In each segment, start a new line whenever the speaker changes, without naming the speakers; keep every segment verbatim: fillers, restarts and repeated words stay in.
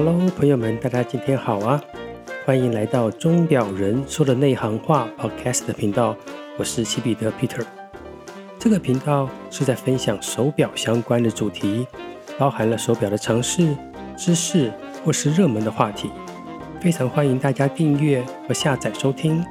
Hello， 朋友们，大家今天好啊！欢迎来到钟表人说的内行话 Podcast 的频道，我是齐彼得 Peter。这个频道是在分享手表相关的主题，包含了手表的常识、知识或是热门的话题，非常欢迎大家订阅和下载收听。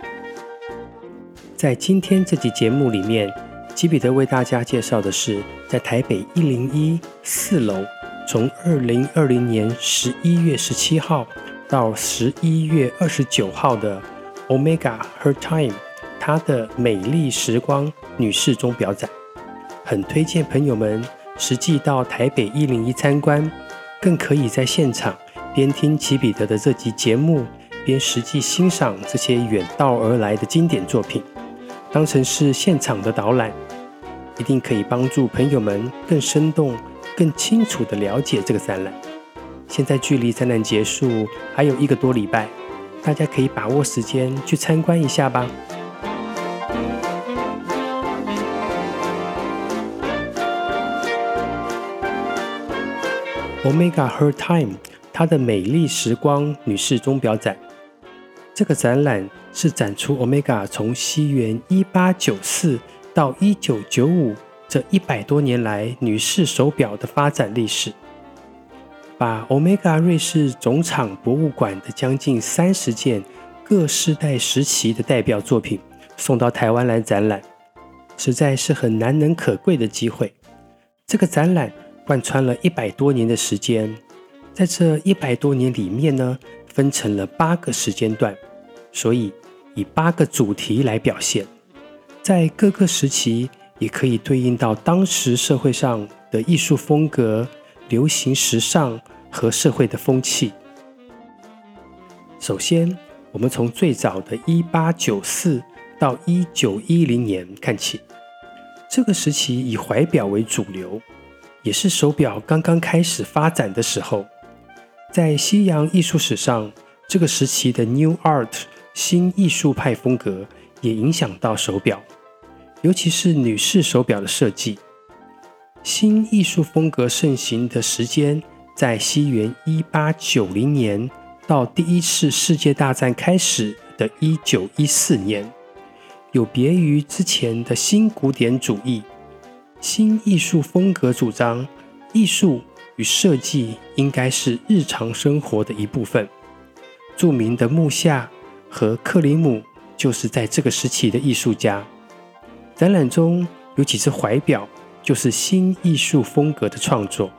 在今天这集节目里面，齐彼得为大家介绍的是在台北一零一四楼，从二零二零年十一月十七号到十一月二十九号的 Omega Her Time 它的美丽时光女士钟表展，很推荐朋友们实际到台北一零一参观，更可以在现场边听齐彼得的这集节目，边实际欣赏这些远道而来的经典作品，当成是现场的导览，一定可以帮助朋友们更生动、更清楚地了解这个展览。现在距离展览结束还有一个多礼拜，大家可以把握时间去参观一下吧。Omega Her Time 它的美丽时光女士钟表展，这个展览是展出 Omega 从西元一八九四到一九九五这一百多年来女士手表的发展历史，把 Omega 瑞士总厂博物馆的将近三十件各世代时期的代表作品送到台湾来展览，实在是很难能可贵的机会。这个展览贯穿了一百多年的时间，在这一百多年里面呢，分成了八个时间段，所以以八个主题来表现，在各个时期也可以对应到当时社会上的艺术风格、流行时尚和社会的风气。首先，我们从最早的一八九四到一九一零年看起，这个时期以怀表为主流，也是手表刚刚开始发展的时候。在西洋艺术史上，这个时期的 New Art 新艺术派风格也影响到手表，尤其是女士手表的设计。新艺术风格盛行的时间在西元一八九零年到第一次世界大战开始的一九一四年，有别于之前的新古典主义。新艺术风格主张艺术与设计应该是日常生活的一部分。著名的穆夏和克里姆就是在这个时期的艺术家。展览中有几只怀表就是新艺术风格的创作。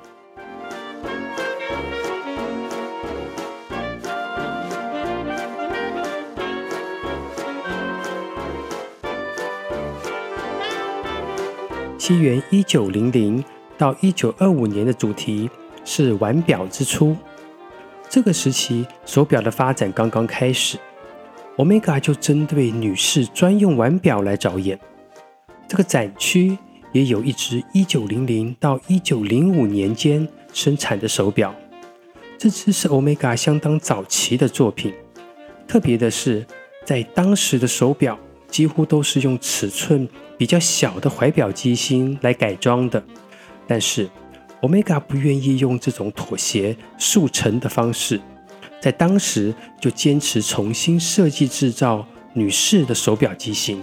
西元一九零零到一九二五年的主题是腕表之初。这个时期手表的发展刚刚开始， Omega 就针对女士专用腕表来着眼。这个展区也有一只一九零零到一九零五年间生产的手表，这只是 Omega 相当早期的作品。特别的是，在当时的手表几乎都是用尺寸比较小的怀表机芯来改装的，但是 Omega 不愿意用这种妥协速成的方式，在当时就坚持重新设计制造女士的手表机芯。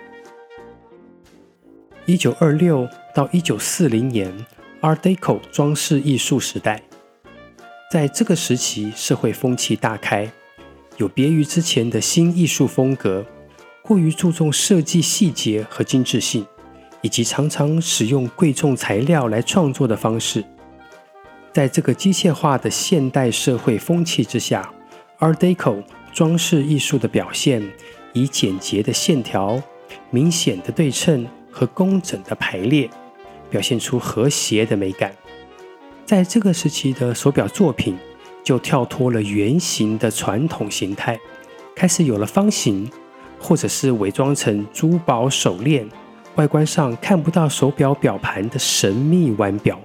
一九二六到一九四零年 Art Deco 装饰艺术时代，在这个时期社会风气大开，有别于之前的新艺术风格，过于注重设计细节和精致性，以及常常使用贵重材料来创作的方式。在这个机械化的现代社会风气之下， Art Deco 装饰艺术的表现以简洁的线条、明显的对称和工整的排列，表现出和谐的美感。在这个时期的手表作品就跳脱了圆形的传统形态，开始有了方形，或者是伪装成珠宝手链，外观上看不到手表表盘的神秘腕表。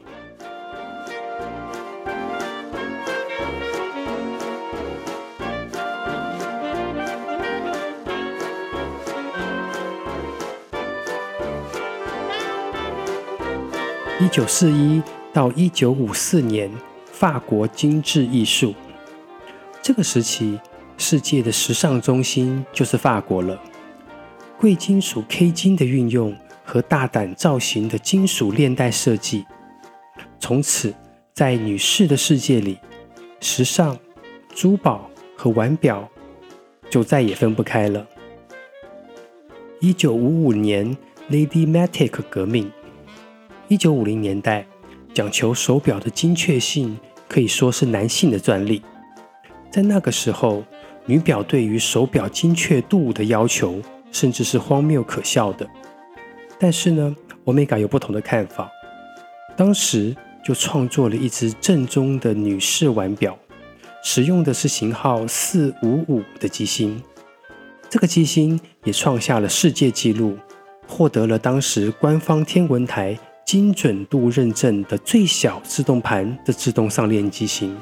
一九四一到一九五四年法国精致艺术。这个时期，世界的时尚中心就是法国了。贵金属 K 金的运用和大胆造型的金属链带设计，从此在女士的世界里，时尚、珠宝和腕表就再也分不开了。一九五五年 Lady Matic 革命。一九五零年代，讲求手表的精确性可以说是男性的专利。在那个时候，女表对于手表精确度的要求甚至是荒谬可笑的。但是呢， Omega 有不同的看法，当时就创作了一只正宗的女士腕表，使用的是型号四五五的机芯。这个机芯也创下了世界纪录，获得了当时官方天文台精准度认证的最小自动盘的自动上链机芯。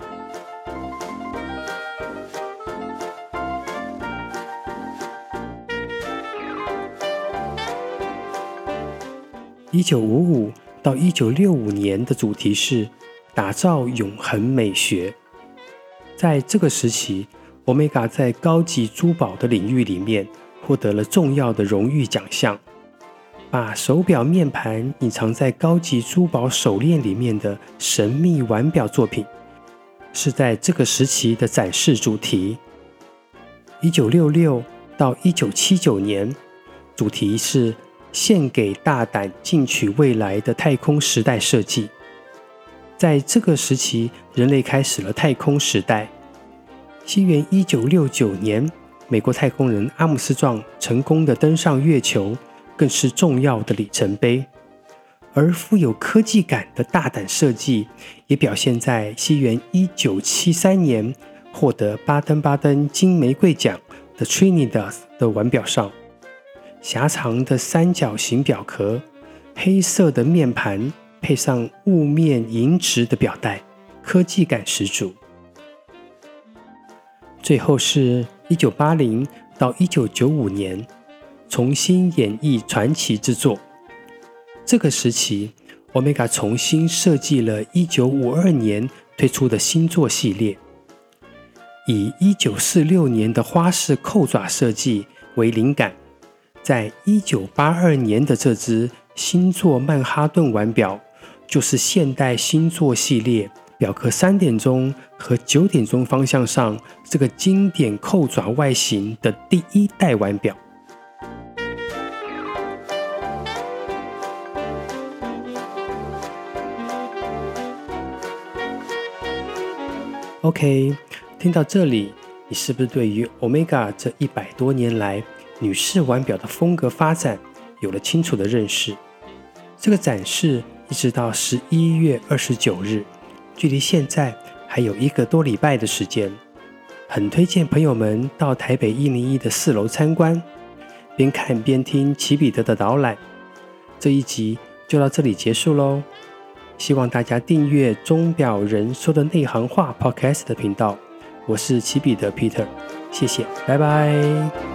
一九五五到一九六五年的主题是打造永恒美学。在这个时期， Omega 在高级珠宝的领域里面获得了重要的荣誉奖项。把手表面盘隐藏在高级珠宝手链里面的神秘腕表作品，是在这个时期的展示主题。一九六六到一九七九年，主题是献给大胆进取未来的太空时代设计。在这个时期，人类开始了太空时代。西元一九六九年，美国太空人阿姆斯壮成功的登上月球，更是重要的里程碑。而富有科技感的大胆设计也表现在西元一九七三年获得巴登巴登金玫瑰奖的 Trinidad 的腕表上。狭长的三角形表壳，黑色的面盘配上雾面银质的表带，科技感十足。最后是一九八零到一九九五年，重新演绎传奇之作。这个时期 Omega 重新设计了一九五二年推出的星座系列，以一九四六年的花式扣爪设计为灵感，在一九八二年的这只星座曼哈顿腕表，就是现代星座系列表壳三点钟和九点钟方向上这个经典扣爪外形的第一代腕表。OK， 听到这里，你是不是对于 Omega 这一百多年来女士腕表的风格发展有了清楚的认识？这个展示一直到十一月二十九日，距离现在还有一个多礼拜的时间，很推荐朋友们到台北一零一的四楼参观，边看边听齐彼得的导览。这一集就到这里结束咯，希望大家订阅钟表人说的内行话 Podcast 的频道，我是齐彼得 Peter， 谢谢，拜拜。